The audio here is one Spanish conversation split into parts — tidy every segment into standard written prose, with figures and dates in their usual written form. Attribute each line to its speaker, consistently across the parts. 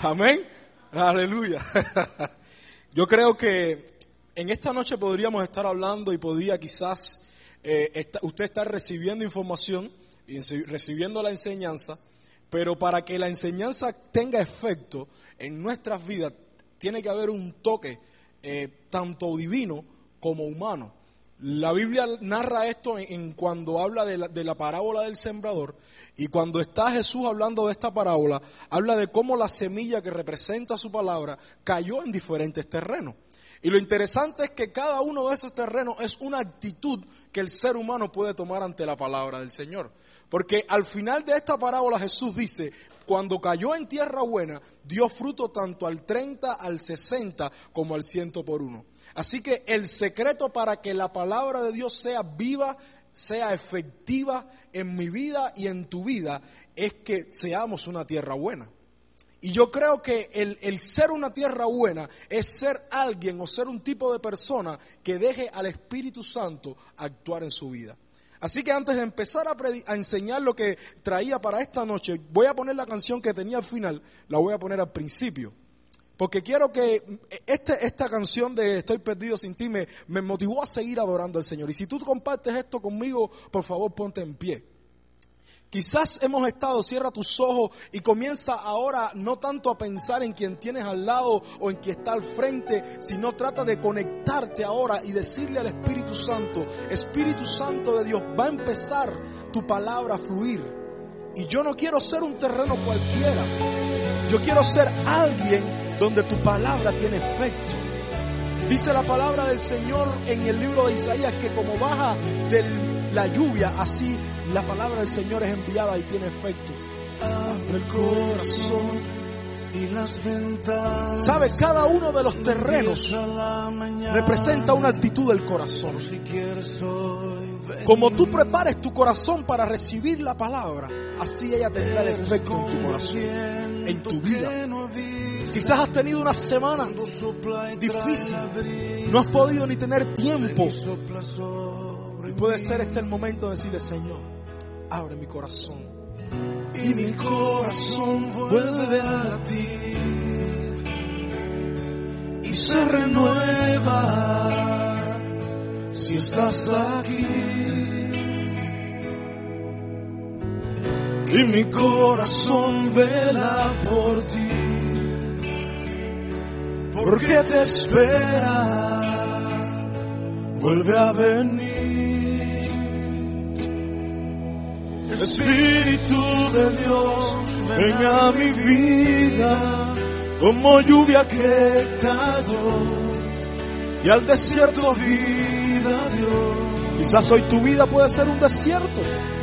Speaker 1: Amén. Aleluya. Yo creo que en esta noche podríamos estar hablando y podría quizás usted estar recibiendo información y recibiendo la enseñanza, pero para que la enseñanza tenga efecto en nuestras vidas tiene que haber un toque tanto divino como humano. La Biblia narra esto en cuando habla de la parábola del sembrador, y cuando está Jesús hablando de esta parábola, habla de cómo la semilla que representa su palabra cayó en diferentes terrenos. Y lo interesante es que cada uno de esos terrenos es una actitud que el ser humano puede tomar ante la palabra del Señor. Porque al final de esta parábola Jesús dice, cuando cayó en tierra buena, dio fruto tanto al 30, al 60, como al 100 por uno. Así que el secreto para que la palabra de Dios sea viva, sea efectiva en mi vida y en tu vida, es que seamos una tierra buena. Y yo creo que el ser una tierra buena es ser alguien o ser un tipo de persona que deje al Espíritu Santo actuar en su vida. Así que antes de empezar a enseñar lo que traía para esta noche, voy a poner la canción que tenía al final, la voy a poner al principio. Porque quiero que esta canción de Estoy perdido sin ti me motivó a seguir adorando al Señor. Y si tú compartes esto conmigo, por favor ponte en pie. Quizás hemos estado, cierra tus ojos y comienza ahora no tanto a pensar en quien tienes al lado o en quien está al frente, sino trata de conectarte ahora y decirle al Espíritu Santo, Espíritu Santo de Dios, va a empezar tu palabra a fluir. Y yo no quiero ser un terreno cualquiera, yo quiero ser alguien donde tu palabra tiene efecto. Dice la palabra del Señor en el libro de Isaías que como baja de la lluvia, así la palabra del Señor es enviada y tiene efecto. Abre el corazón y las ventanas. ¿Sabe? Cada uno de los terrenos representa una actitud del corazón. Como tú prepares tu corazón para recibir la palabra, así ella tendrá el efecto en tu corazón, en tu vida. Quizás has tenido una semana difícil, no has podido ni tener tiempo. Y puede ser este el momento de decirle, Señor, abre mi corazón. Y mi corazón vuelve a latir y se renueva si estás aquí. Y mi corazón vela por ti, porque te espera, vuelve a venir. Espíritu de Dios, ven a mi vida, como lluvia que cayó y al desierto vida dio. Quizás hoy tu vida puede ser un desierto.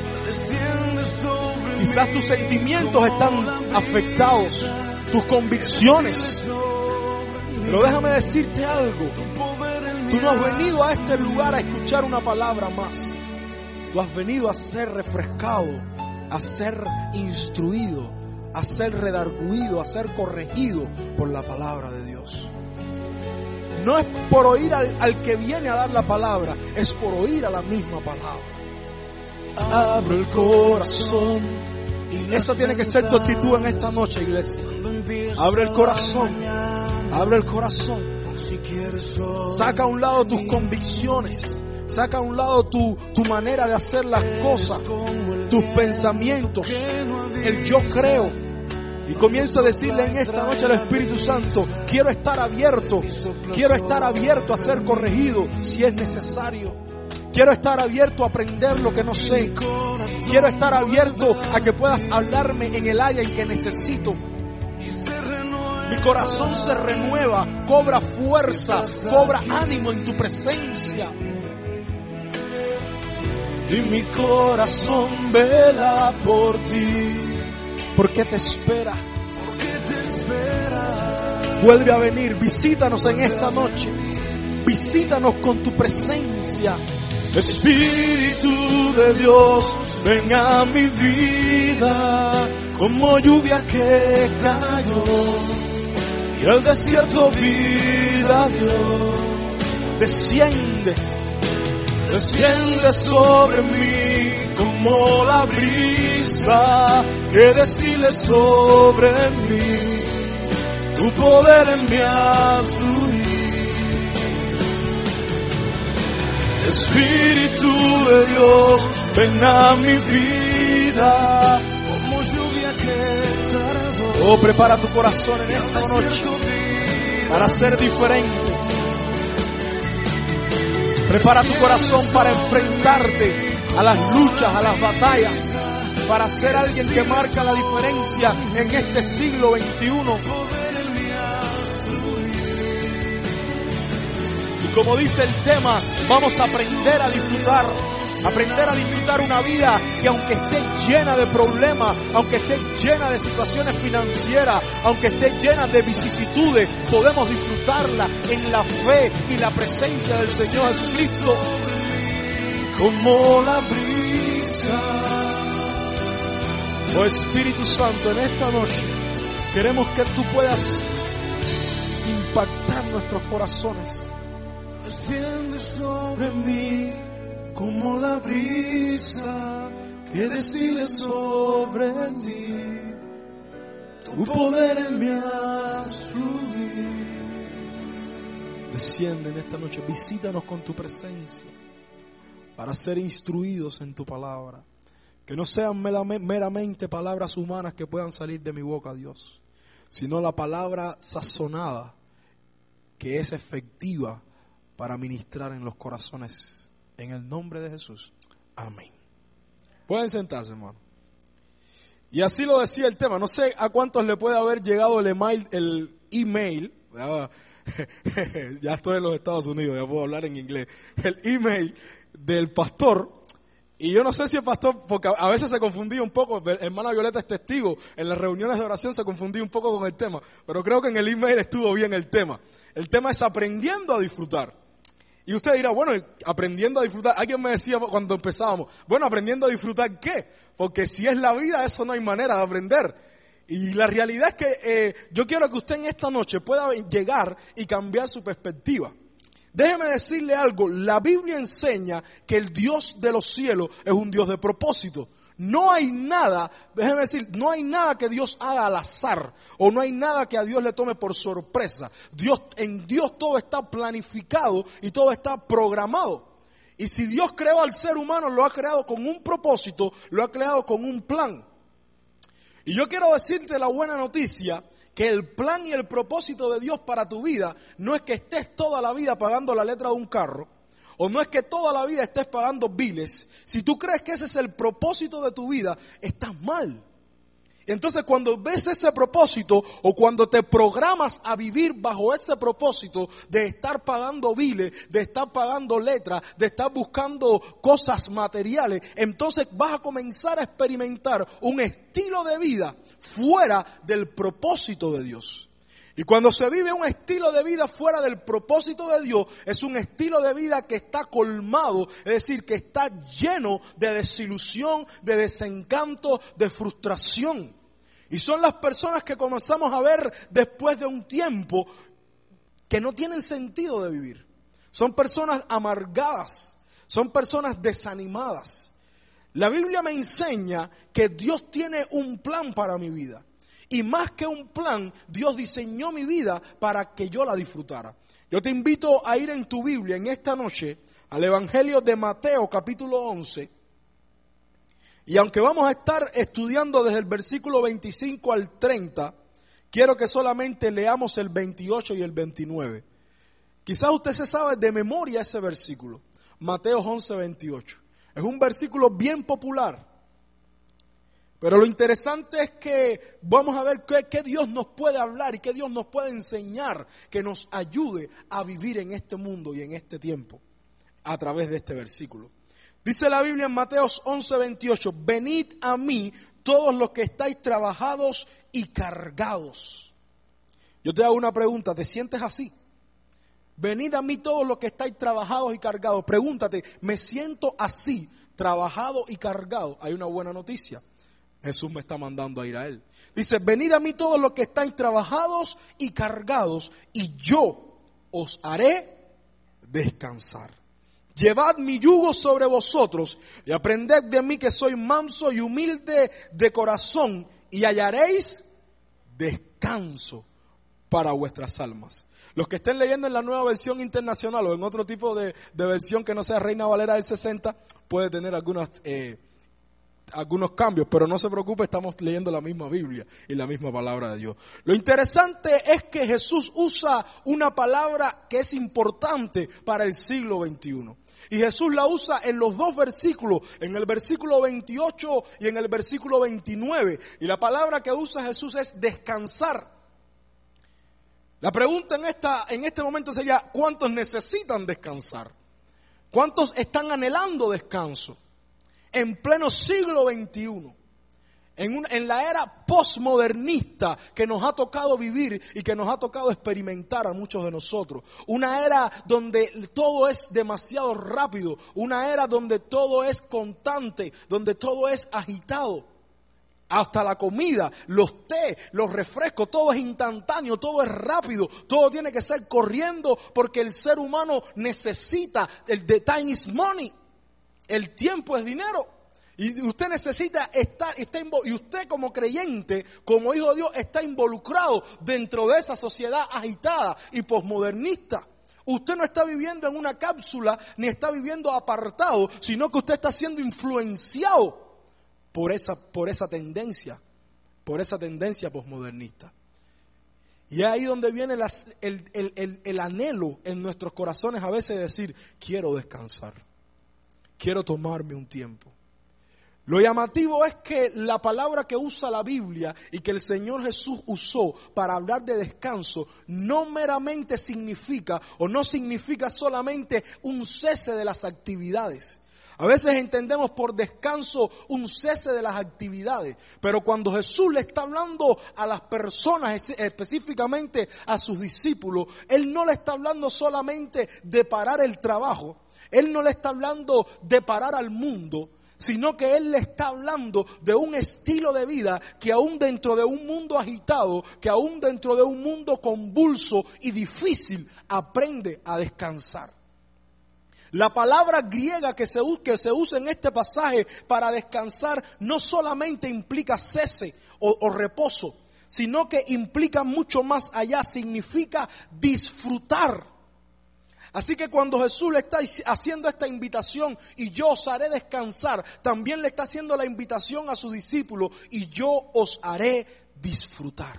Speaker 1: Quizás tus sentimientos están afectados, tus convicciones. Pero déjame decirte algo, tú no has venido a este lugar a escuchar una palabra más. Tú has venido a ser refrescado, a ser instruido, a ser redarguido, a ser corregido por la palabra de Dios. No es por oír al que viene a dar la palabra, es por oír a la misma palabra. Abre el corazón. Esa tiene que ser tu actitud en esta noche, iglesia. Abre el corazón. Abre el corazón. Saca a un lado tus convicciones. Saca a un lado tu manera de hacer las cosas, tus pensamientos, el yo creo. Y comienza a decirle en esta noche al Espíritu Santo, quiero estar abierto a ser corregido si es necesario. Quiero estar abierto a aprender lo que no sé. Quiero estar abierto a que puedas hablarme en el área en que necesito. Mi corazón se renueva, cobra fuerza, cobra ánimo en tu presencia. Y mi corazón vela por ti, porque te espera. Vuelve a venir, visítanos en esta noche. Visítanos con tu presencia. Espíritu de Dios, ven a mi vida, como lluvia que cayó y al desierto vida dio. Desciende sobre mí como la brisa que destile sobre mí. tu poder en mí haz fluir. Espíritu de Dios, ven a mi vida como lluvia que tardó. Oh, prepara tu corazón en esta noche para ser diferente. Prepara tu corazón para enfrentarte a las luchas, a las batallas, para ser alguien que marca la diferencia en este siglo XXI. Y como dice el tema, vamos a aprender a disfrutar una vida que aunque esté llena de problemas, aunque esté llena de situaciones financieras, aunque esté llena de vicisitudes, podemos disfrutarla en la fe y la presencia del Señor Jesucristo. Como la brisa. Oh Espíritu Santo, en esta noche queremos que tú puedas impactar nuestros corazones. Desciende sobre mí como la brisa que desciende sobre ti. Tu poder en mí haz fluir. Desciende en esta noche, visítanos con tu presencia para ser instruidos en tu palabra. Que no sean meramente palabras humanas que puedan salir de mi boca, Dios, sino la palabra sazonada que es efectiva para ministrar en los corazones. En el nombre de Jesús. Amén. Pueden sentarse, hermano. Y así lo decía el tema. No sé a cuántos le puede haber llegado el email. Ya estoy en los Estados Unidos, ya puedo hablar en inglés. El email del pastor. Y yo no sé si el pastor, porque a veces se confundía un poco, hermana Violeta es testigo, en las reuniones de oración se confundía un poco con el tema, pero creo que en el email estuvo bien el tema. El tema es aprendiendo a disfrutar. Y usted dirá, bueno, aprendiendo a disfrutar, alguien me decía cuando empezábamos, bueno, aprendiendo a disfrutar ¿qué? Porque si es la vida, eso no hay manera de aprender. Y la realidad es que yo quiero que usted en esta noche pueda llegar y cambiar su perspectiva. Déjeme decirle algo, la Biblia enseña que el Dios de los cielos es un Dios de propósito. No hay nada, déjeme decir, no hay nada que Dios haga al azar, o no hay nada que a Dios le tome por sorpresa. En Dios todo está planificado y todo está programado. Y si Dios creó al ser humano, lo ha creado con un propósito, lo ha creado con un plan. Y yo quiero decirte la buena noticia, que el plan y el propósito de Dios para tu vida no es que estés toda la vida pagando la letra de un carro, o no es que toda la vida estés pagando biles. Si tú crees que ese es el propósito de tu vida, estás mal. Entonces cuando ves ese propósito o cuando te programas a vivir bajo ese propósito de estar pagando biles, de estar pagando letras, de estar buscando cosas materiales, entonces vas a comenzar a experimentar un estilo de vida fuera del propósito de Dios. Y cuando se vive un estilo de vida fuera del propósito de Dios, es un estilo de vida que está colmado, es decir, que está lleno de desilusión, de desencanto, de frustración. Y son las personas que comenzamos a ver después de un tiempo que no tienen sentido de vivir. Son personas amargadas, son personas desanimadas. La Biblia me enseña que Dios tiene un plan para mi vida. Y más que un plan, Dios diseñó mi vida para que yo la disfrutara. Yo te invito a ir en tu Biblia en esta noche al Evangelio de Mateo capítulo 11. Y aunque vamos a estar estudiando desde el versículo 25 al 30, quiero que solamente leamos el 28 y el 29. Quizás usted se sabe de memoria ese versículo, Mateo 11, 28. Es un versículo bien popular. Pero lo interesante es que vamos a ver qué Dios nos puede hablar y qué Dios nos puede enseñar que nos ayude a vivir en este mundo y en este tiempo a través de este versículo. Dice la Biblia en Mateo 11, 28, venid a mí todos los que estáis trabajados y cargados. Yo te hago una pregunta, ¿te sientes así? Venid a mí todos los que estáis trabajados y cargados. Pregúntate, ¿me siento así, trabajado y cargado? Hay una buena noticia. Jesús me está mandando a ir a Él. Dice, venid a mí todos los que estáis trabajados y cargados, y yo os haré descansar. Llevad mi yugo sobre vosotros, y aprended de mí que soy manso y humilde de corazón, y hallaréis descanso para vuestras almas. Los que estén leyendo en la Nueva Versión Internacional o en otro tipo de versión que no sea Reina Valera del 60, puede tener algunos cambios, pero no se preocupe, estamos leyendo la misma Biblia y la misma palabra de Dios. Lo interesante es que Jesús usa una palabra que es importante para el siglo XXI. Y Jesús la usa en los dos versículos, en el versículo 28 y en el versículo 29. Y la palabra que usa Jesús es descansar. La pregunta en este momento sería, ¿cuántos necesitan descansar? ¿Cuántos están anhelando descanso? En pleno siglo XXI, en la era postmodernista que nos ha tocado vivir y que nos ha tocado experimentar a muchos de nosotros. Una era donde todo es demasiado rápido, una era donde todo es constante, donde todo es agitado. Hasta la comida, los té, los refrescos, todo es instantáneo, todo es rápido, todo tiene que ser corriendo porque el ser humano necesita, the time is money, el tiempo es dinero. Y usted necesita y usted como creyente, como hijo de Dios, está involucrado dentro de esa sociedad agitada y posmodernista. Usted no está viviendo en una cápsula ni está viviendo apartado, sino que usted está siendo influenciado por esa tendencia posmodernista. Y es ahí donde viene el anhelo en nuestros corazones a veces de decir, quiero descansar, quiero tomarme un tiempo. Lo llamativo es que la palabra que usa la Biblia y que el Señor Jesús usó para hablar de descanso no meramente significa o no significa solamente un cese de las actividades. A veces entendemos por descanso un cese de las actividades, pero cuando Jesús le está hablando a las personas, específicamente a sus discípulos, Él no le está hablando solamente de parar el trabajo, Él no le está hablando de parar al mundo, sino que Él le está hablando de un estilo de vida que aún dentro de un mundo agitado, que aún dentro de un mundo convulso y difícil, aprende a descansar. La palabra griega que se usa en este pasaje para descansar no solamente implica cese o reposo, sino que implica mucho más allá, significa disfrutar. Así que cuando Jesús le está haciendo esta invitación, y yo os haré descansar, también le está haciendo la invitación a sus discípulos, y yo os haré disfrutar.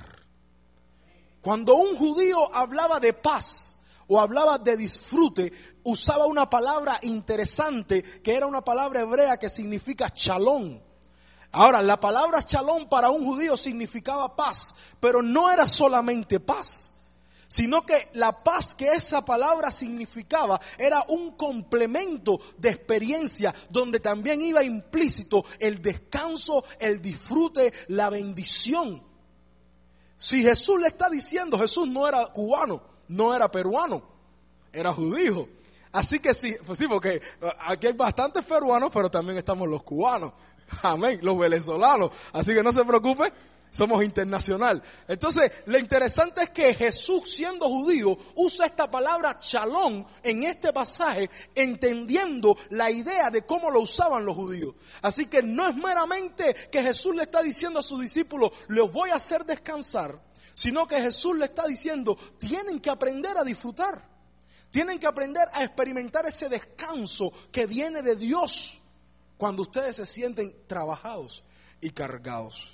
Speaker 1: Cuando un judío hablaba de paz o hablaba de disfrute, usaba una palabra interesante que era una palabra hebrea que significa shalom. Ahora, la palabra shalom para un judío significaba paz, pero no era solamente paz, sino que la paz que esa palabra significaba era un complemento de experiencia donde también iba implícito el descanso, el disfrute, la bendición. Si Jesús le está diciendo, Jesús no era cubano, no era peruano, era judío. Así que sí, pues sí, porque aquí hay bastantes peruanos, pero también estamos los cubanos, amén, los venezolanos. Así que no se preocupe, somos internacional. Entonces, lo interesante es que Jesús, siendo judío, usa esta palabra shalom en este pasaje, entendiendo la idea de cómo lo usaban los judíos. Así que no es meramente que Jesús le está diciendo a sus discípulos, les voy a hacer descansar, sino que Jesús le está diciendo, tienen que aprender a disfrutar. Tienen que aprender a experimentar ese descanso que viene de Dios cuando ustedes se sienten trabajados y cargados.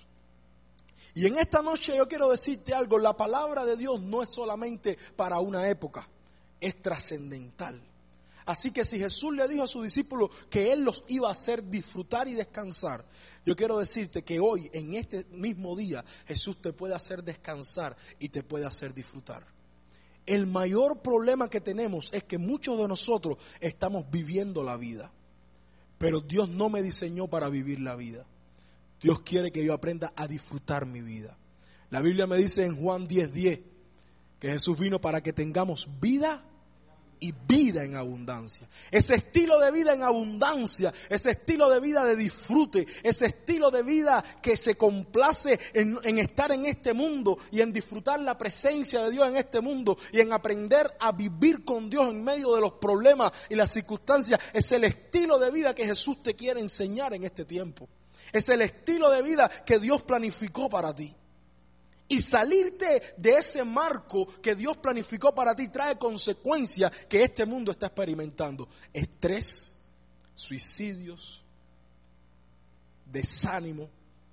Speaker 1: Y en esta noche yo quiero decirte algo, la palabra de Dios no es solamente para una época, es trascendental. Así que si Jesús le dijo a sus discípulos que Él los iba a hacer disfrutar y descansar, yo quiero decirte que hoy, en este mismo día, Jesús te puede hacer descansar y te puede hacer disfrutar. El mayor problema que tenemos es que muchos de nosotros estamos viviendo la vida, pero Dios no me diseñó para vivir la vida. Dios quiere que yo aprenda a disfrutar mi vida. La Biblia me dice en Juan 10:10 que Jesús vino para que tengamos vida y vida en abundancia. Ese estilo de vida en abundancia, ese estilo de vida de disfrute, ese estilo de vida que se complace en estar en este mundo y en disfrutar la presencia de Dios en este mundo y en aprender a vivir con Dios en medio de los problemas y las circunstancias, es el estilo de vida que Jesús te quiere enseñar en este tiempo. Es el estilo de vida que Dios planificó para ti. Y salirte de ese marco que Dios planificó para ti trae consecuencias que este mundo está experimentando. Estrés, suicidios, desánimo.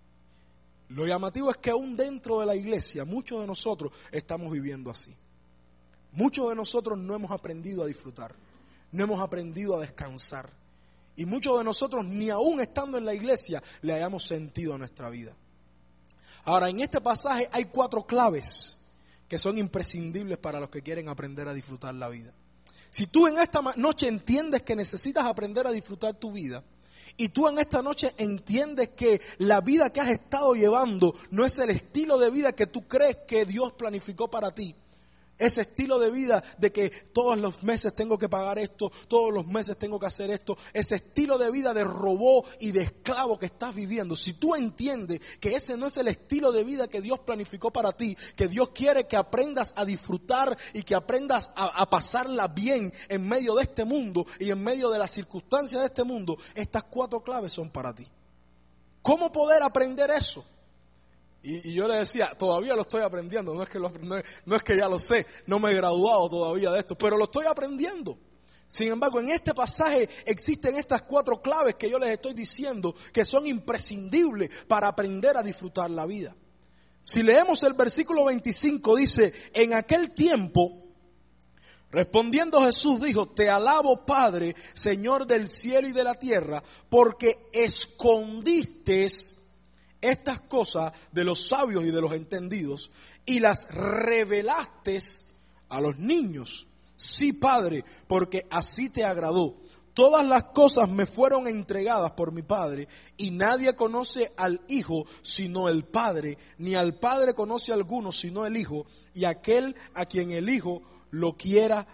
Speaker 1: Lo llamativo es que aún dentro de la iglesia muchos de nosotros estamos viviendo así. Muchos de nosotros no hemos aprendido a disfrutar, no hemos aprendido a descansar. Y muchos de nosotros ni aún estando en la iglesia le hayamos sentido a nuestra vida. Ahora, en este pasaje hay 4 claves que son imprescindibles para los que quieren aprender a disfrutar la vida. Si tú en esta noche entiendes que necesitas aprender a disfrutar tu vida, y tú en esta noche entiendes que la vida que has estado llevando no es el estilo de vida que tú crees que Dios planificó para ti, ese estilo de vida de que todos los meses tengo que pagar esto, todos los meses tengo que hacer esto, ese estilo de vida de robot y de esclavo que estás viviendo, si tú entiendes que ese no es el estilo de vida que Dios planificó para ti, que Dios quiere que aprendas a disfrutar y que aprendas a pasarla bien en medio de este mundo y en medio de las circunstancias de este mundo, estas 4 claves son para ti. ¿Cómo poder aprender eso? Y yo le decía, todavía lo estoy aprendiendo, no es que ya lo sé, no me he graduado todavía de esto, pero lo estoy aprendiendo. Sin embargo, en este pasaje existen estas 4 claves que yo les estoy diciendo que son imprescindibles para aprender a disfrutar la vida. Si leemos el versículo 25, dice, en aquel tiempo, respondiendo Jesús dijo, te alabo Padre, Señor del cielo y de la tierra, porque escondiste estas cosas de los sabios y de los entendidos y las revelaste a los niños. Sí, Padre, porque así te agradó. Todas las cosas me fueron entregadas por mi Padre y nadie conoce al Hijo sino el Padre, ni al Padre conoce a alguno sino el Hijo y aquel a quien el Hijo lo quiera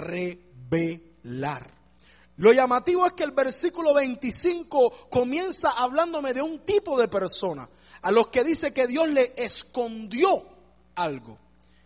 Speaker 1: revelar. Lo llamativo es que el versículo 25 comienza hablándome de un tipo de persona a los que dice que Dios le escondió algo.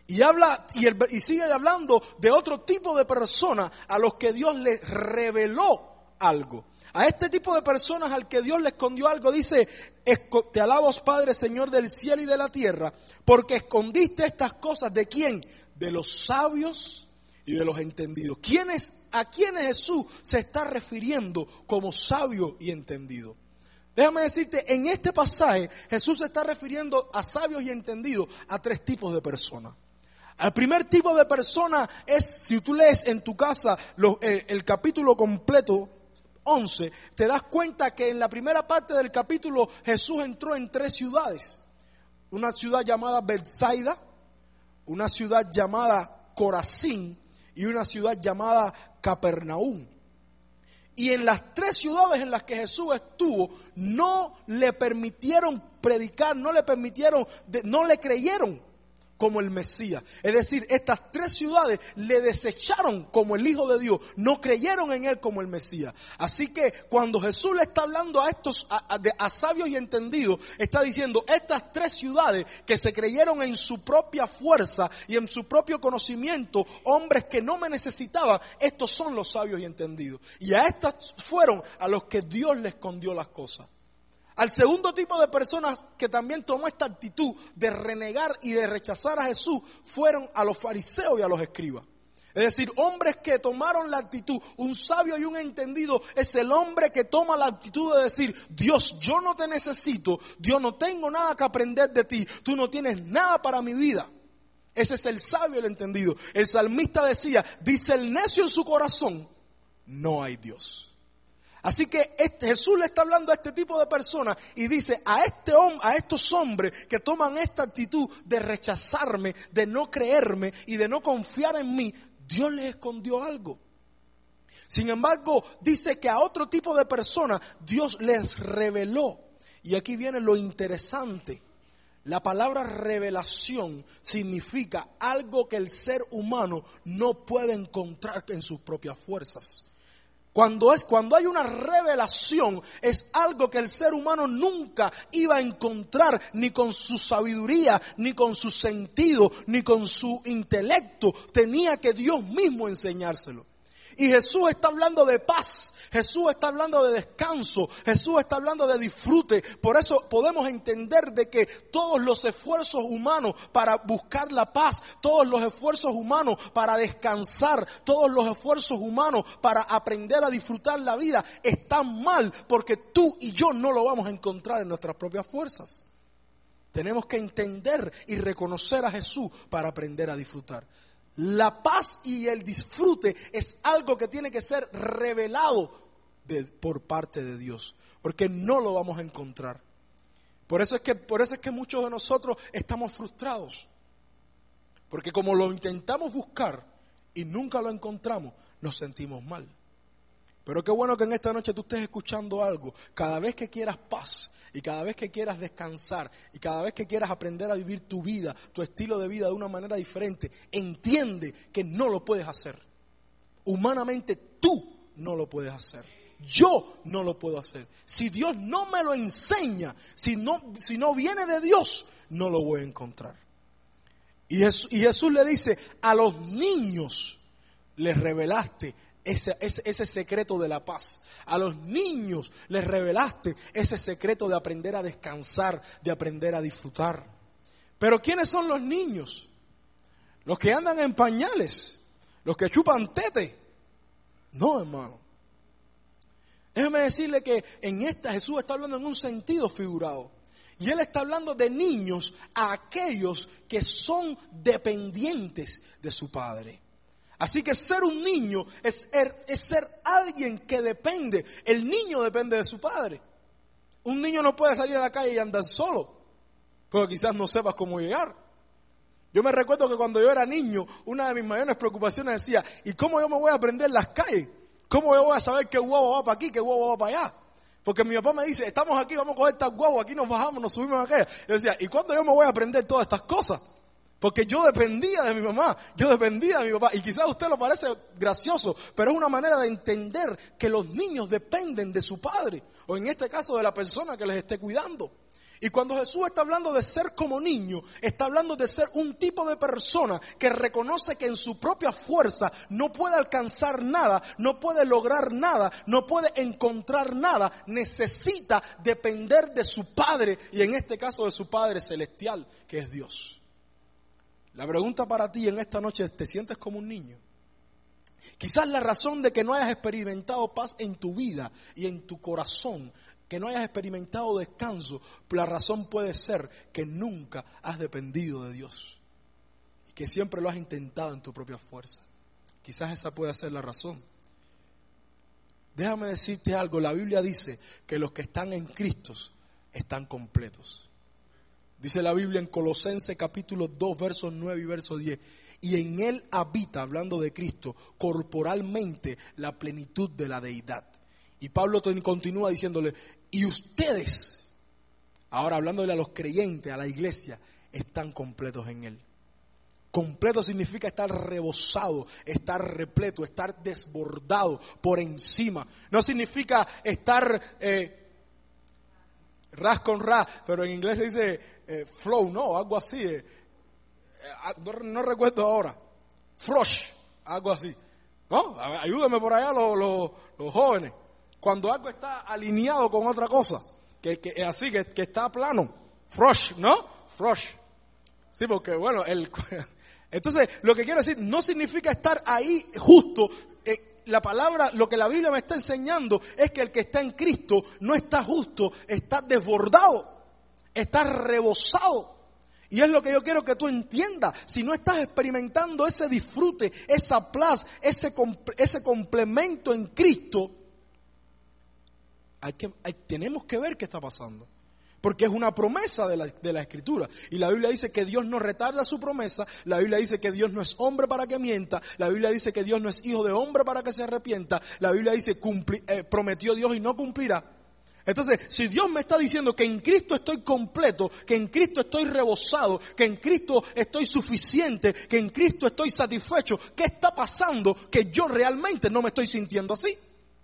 Speaker 1: Y sigue hablando de otro tipo de persona a los que Dios le reveló algo. A este tipo de personas al que Dios le escondió algo dice, te alabo Padre, Señor del cielo y de la tierra, porque escondiste estas cosas ¿de quién? De los sabios y de los entendidos. ¿A quiénes Jesús se está refiriendo como sabio y entendido? Déjame decirte, en este pasaje Jesús se está refiriendo a sabios y entendidos a 3 tipos de personas. El primer tipo de persona es, si tú lees en tu casa el capítulo completo, 11, te das cuenta que en la primera parte del capítulo Jesús entró en 3 ciudades. Una ciudad llamada Betsaida, una ciudad llamada Corazín y una ciudad llamada Capernaum. Y en las 3 ciudades en las que Jesús estuvo, no le permitieron predicar, no le creyeron como el Mesías. Es decir, estas 3 ciudades le desecharon como el Hijo de Dios, no creyeron en Él como el Mesías. Así que cuando Jesús le está hablando a estos a sabios y entendidos, está diciendo, estas 3 ciudades que se creyeron en su propia fuerza y en su propio conocimiento, hombres que no me necesitaban, estos son los sabios y entendidos. Y a estas fueron a los que Dios le escondió las cosas. Al segundo tipo de personas que también tomó esta actitud de renegar y de rechazar a Jesús fueron a los fariseos y a los escribas. Es decir, hombres que tomaron la actitud, un sabio y un entendido es el hombre que toma la actitud de decir, Dios, yo no te necesito, Dios, no tengo nada que aprender de ti, tú no tienes nada para mi vida. Ese es el sabio y el entendido. El salmista decía, dice el necio en su corazón, no hay Dios. Así que Jesús le está hablando a este tipo de personas y dice a estos hombres que toman esta actitud de rechazarme, de no creerme y de no confiar en mí, Dios les escondió algo. Sin embargo, dice que a otro tipo de personas Dios les reveló. Y aquí viene lo interesante. La palabra revelación significa algo que el ser humano no puede encontrar en sus propias fuerzas. Cuando hay una revelación, es algo que el ser humano nunca iba a encontrar ni con su sabiduría, ni con su sentido, ni con su intelecto. Tenía que Dios mismo enseñárselo. Y Jesús está hablando de paz, Jesús está hablando de descanso, Jesús está hablando de disfrute. Por eso podemos entender de que todos los esfuerzos humanos para buscar la paz, todos los esfuerzos humanos para descansar, todos los esfuerzos humanos para aprender a disfrutar la vida están mal, porque tú y yo no lo vamos a encontrar en nuestras propias fuerzas. Tenemos que entender y reconocer a Jesús para aprender a disfrutar. La paz y el disfrute es algo que tiene que ser revelado por parte de Dios, porque no lo vamos a encontrar. Por eso es que muchos de nosotros estamos frustrados, porque como lo intentamos buscar y nunca lo encontramos, nos sentimos mal. Pero qué bueno que en esta noche tú estés escuchando algo. Cada vez que quieras paz y cada vez que quieras descansar y cada vez que quieras aprender a vivir tu vida, tu estilo de vida de una manera diferente, entiende que no lo puedes hacer. Humanamente tú no lo puedes hacer. Yo no lo puedo hacer. Si Dios no me lo enseña, si no viene de Dios, no lo voy a encontrar. Y Jesús le dice, a los niños les revelaste ese secreto de la paz. A los niños les revelaste ese secreto de aprender a descansar, de aprender a disfrutar. Pero ¿quiénes son los niños? Los que andan en pañales, los que chupan tete. No, hermano. Déjeme decirle que en esta Jesús está hablando en un sentido figurado. Y Él está hablando de niños a aquellos que son dependientes de su padre. Así que ser un niño es ser alguien que depende. El niño depende de su padre. Un niño no puede salir a la calle y andar solo, porque quizás no sepas cómo llegar. Yo me recuerdo que cuando yo era niño, una de mis mayores preocupaciones decía, ¿y cómo yo me voy a aprender las calles? ¿Cómo yo voy a saber qué guagua va para aquí, qué guagua va para allá? Porque mi papá me dice, estamos aquí, vamos a coger esta guagua, aquí nos bajamos, nos subimos a aquella. Yo decía, ¿y cuándo yo me voy a aprender todas estas cosas? Porque yo dependía de mi mamá, yo dependía de mi papá. Y quizás a usted lo parece gracioso, pero es una manera de entender que los niños dependen de su padre. O en este caso de la persona que les esté cuidando. Y cuando Jesús está hablando de ser como niño, está hablando de ser un tipo de persona que reconoce que en su propia fuerza no puede alcanzar nada, no puede lograr nada, no puede encontrar nada. Necesita depender de su Padre, y en este caso de su Padre celestial, que es Dios. La pregunta para ti en esta noche es, ¿te sientes como un niño? Quizás la razón de que no hayas experimentado paz en tu vida y en tu corazón, que no hayas experimentado descanso, la razón puede ser que nunca has dependido de Dios y que siempre lo has intentado en tu propia fuerza. Quizás esa puede ser la razón. Déjame decirte algo, la Biblia dice que los que están en Cristo están completos. Dice la Biblia en Colosenses capítulo 2, versos 9 y verso 10. Y en Él habita, hablando de Cristo, corporalmente la plenitud de la deidad. Y Pablo continúa diciéndole, y ustedes, ahora hablándole a los creyentes, a la iglesia, están completos en Él. Completo significa estar rebosado, estar repleto, estar desbordado por encima. No significa estar ras con ras, pero en inglés se dice flow, no, algo así. No recuerdo ahora. Flush, algo así. ¿No? Ayúdenme por allá los jóvenes. Cuando algo está alineado con otra cosa, que es así, que está plano. Flush, ¿no? Flush. Sí, porque bueno, entonces lo que quiero decir, no significa estar ahí justo. La palabra, lo que la Biblia me está enseñando es que el que está en Cristo no está justo, está desbordado. Estás rebosado. Y es lo que yo quiero que tú entiendas. Si no estás experimentando ese disfrute, esa paz, ese complemento en Cristo, tenemos que ver qué está pasando. Porque es una promesa de la Escritura. Y la Biblia dice que Dios no retarda su promesa. La Biblia dice que Dios no es hombre para que mienta. La Biblia dice que Dios no es hijo de hombre para que se arrepienta. La Biblia dice prometió Dios y no cumplirá. Entonces, si Dios me está diciendo que en Cristo estoy completo, que en Cristo estoy rebosado, que en Cristo estoy suficiente, que en Cristo estoy satisfecho, ¿qué está pasando que yo realmente no me estoy sintiendo así?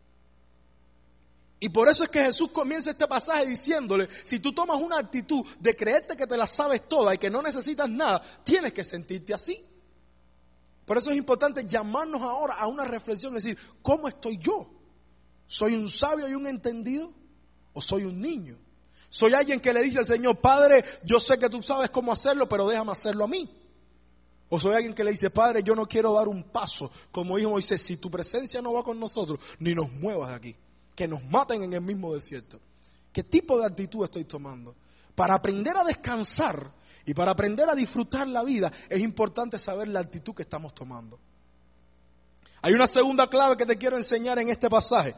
Speaker 1: Y por eso es que Jesús comienza este pasaje diciéndole, si tú tomas una actitud de creerte que te la sabes toda y que no necesitas nada, tienes que sentirte así. Por eso es importante llamarnos ahora a una reflexión, es decir, ¿cómo estoy yo? ¿Soy un sabio y un entendido? ¿O soy un niño? ¿Soy alguien que le dice al Señor, Padre, yo sé que tú sabes cómo hacerlo, pero déjame hacerlo a mí? ¿O soy alguien que le dice, Padre, yo no quiero dar un paso, como dijo Moisés, si tu presencia no va con nosotros, ni nos muevas de aquí, que nos maten en el mismo desierto? ¿Qué tipo de actitud estoy tomando? Para aprender a descansar y para aprender a disfrutar la vida, es importante saber la actitud que estamos tomando. Hay una segunda clave que te quiero enseñar en este pasaje.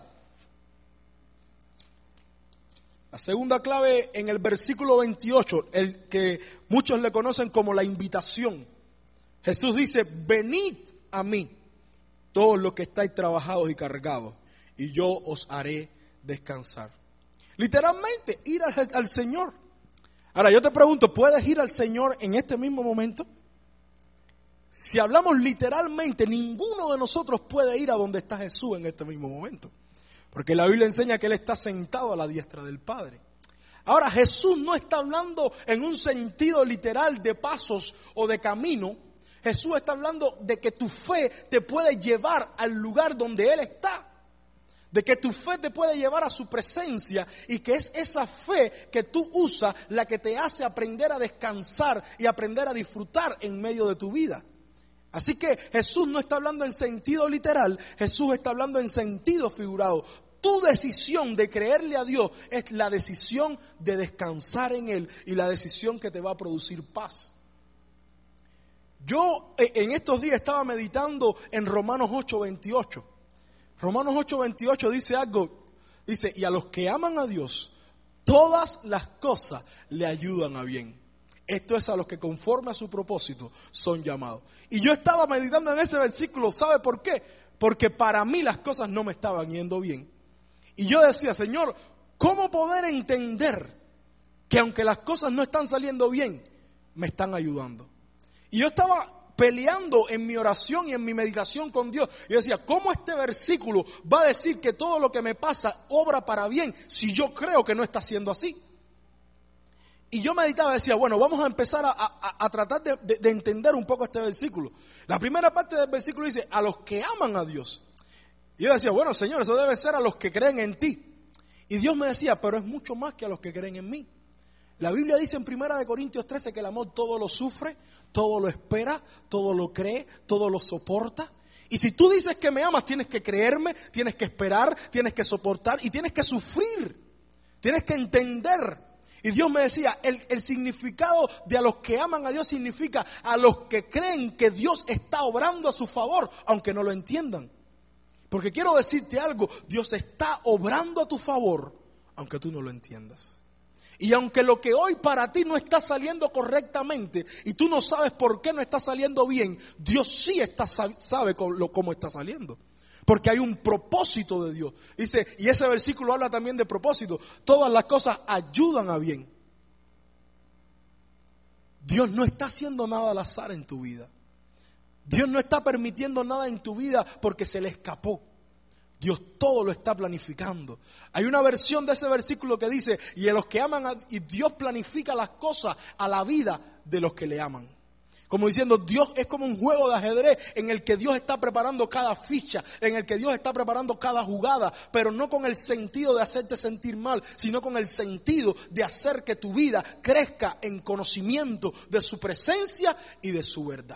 Speaker 1: La segunda clave en el versículo 28, el que muchos le conocen como la invitación. Jesús dice, venid a mí, todos los que estáis trabajados y cargados, y yo os haré descansar. Literalmente, ir al Señor. Ahora, yo te pregunto, ¿puedes ir al Señor en este mismo momento? Si hablamos literalmente, ninguno de nosotros puede ir a donde está Jesús en este mismo momento. Porque la Biblia enseña que Él está sentado a la diestra del Padre. Ahora, Jesús no está hablando en un sentido literal de pasos o de camino. Jesús está hablando de que tu fe te puede llevar al lugar donde Él está. De que tu fe te puede llevar a su presencia y que es esa fe que tú usas la que te hace aprender a descansar y aprender a disfrutar en medio de tu vida. Así que Jesús no está hablando en sentido literal, Jesús está hablando en sentido figurado. Tu decisión de creerle a Dios es la decisión de descansar en Él y la decisión que te va a producir paz. Yo en estos días estaba meditando en Romanos 8:28. Romanos 8:28 dice algo, dice, y a los que aman a Dios, todas las cosas le ayudan a bien. Esto es a los que conforme a su propósito son llamados. Y yo estaba meditando en ese versículo, ¿sabe por qué? Porque para mí las cosas no me estaban yendo bien. Y yo decía, Señor, ¿cómo poder entender que aunque las cosas no están saliendo bien, me están ayudando? Y yo estaba peleando en mi oración y en mi meditación con Dios. Yo decía, ¿cómo este versículo va a decir que todo lo que me pasa obra para bien si yo creo que no está siendo así? Y yo meditaba y decía, bueno, vamos a empezar a tratar de entender un poco este versículo. La primera parte del versículo dice, a los que aman a Dios. Y yo decía, bueno, Señor, eso debe ser a los que creen en ti. Y Dios me decía, pero es mucho más que a los que creen en mí. La Biblia dice en 1 Corintios 13 que el amor todo lo sufre, todo lo espera, todo lo cree, todo lo soporta. Y si tú dices que me amas, tienes que creerme, tienes que esperar, tienes que soportar y tienes que sufrir. Tienes que entender. Y Dios me decía, el significado de a los que aman a Dios significa a los que creen que Dios está obrando a su favor, aunque no lo entiendan. Porque quiero decirte algo, Dios está obrando a tu favor, aunque tú no lo entiendas. Y aunque lo que hoy para ti no está saliendo correctamente y tú no sabes por qué no está saliendo bien, Dios sí sabe cómo está saliendo. Porque hay un propósito de Dios. Dice, y ese versículo habla también de propósito. Todas las cosas ayudan a bien. Dios no está haciendo nada al azar en tu vida. Dios no está permitiendo nada en tu vida porque se le escapó. Dios todo lo está planificando. Hay una versión de ese versículo que dice, y a los que aman, y Dios planifica las cosas a la vida de los que le aman. Como diciendo, Dios es como un juego de ajedrez en el que Dios está preparando cada ficha, en el que Dios está preparando cada jugada, pero no con el sentido de hacerte sentir mal, sino con el sentido de hacer que tu vida crezca en conocimiento de su presencia y de su verdad.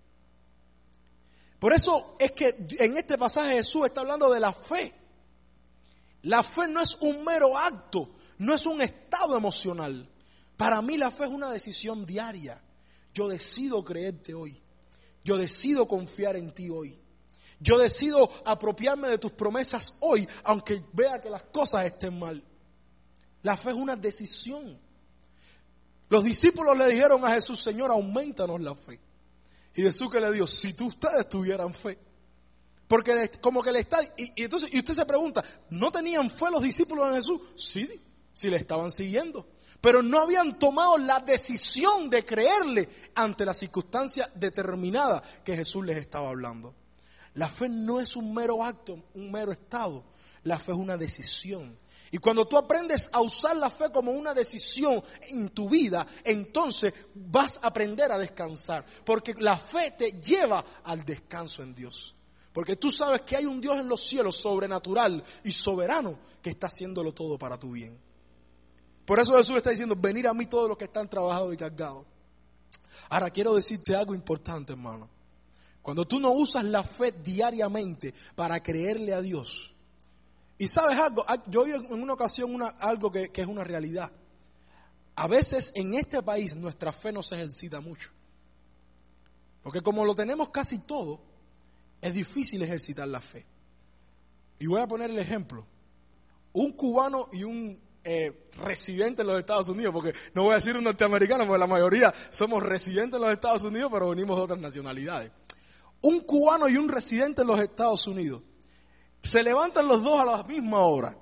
Speaker 1: Por eso es que en este pasaje Jesús está hablando de la fe. La fe no es un mero acto, no es un estado emocional. Para mí la fe es una decisión diaria. Yo decido creerte hoy. Yo decido confiar en ti hoy. Yo decido apropiarme de tus promesas hoy, aunque vea que las cosas estén mal. La fe es una decisión. Los discípulos le dijeron a Jesús, Señor, aumentanos la fe. Y Jesús que le dijo, si ustedes tuvieran fe. Porque como que le está, y entonces, y usted se pregunta, ¿no tenían fe los discípulos en Jesús? Sí le estaban siguiendo. Pero no habían tomado la decisión de creerle ante la circunstancia determinada que Jesús les estaba hablando. La fe no es un mero acto, un mero estado. La fe es una decisión. Y cuando tú aprendes a usar la fe como una decisión en tu vida, entonces vas a aprender a descansar. Porque la fe te lleva al descanso en Dios. Porque tú sabes que hay un Dios en los cielos sobrenatural y soberano que está haciéndolo todo para tu bien. Por eso Jesús está diciendo, venid a mí todos los que están trabajados y cargados. Ahora quiero decirte algo importante, hermano. Cuando tú no usas la fe diariamente para creerle a Dios. Y sabes algo, yo oí en una ocasión algo que es una realidad. A veces en este país nuestra fe no se ejercita mucho. Porque como lo tenemos casi todo, es difícil ejercitar la fe. Y voy a poner el ejemplo. Un cubano y un residente en los Estados Unidos, porque no voy a decir un norteamericano, porque la mayoría somos residentes en los Estados Unidos, pero venimos de otras nacionalidades. Un cubano y un residente en los Estados Unidos se levantan los dos a la misma hora.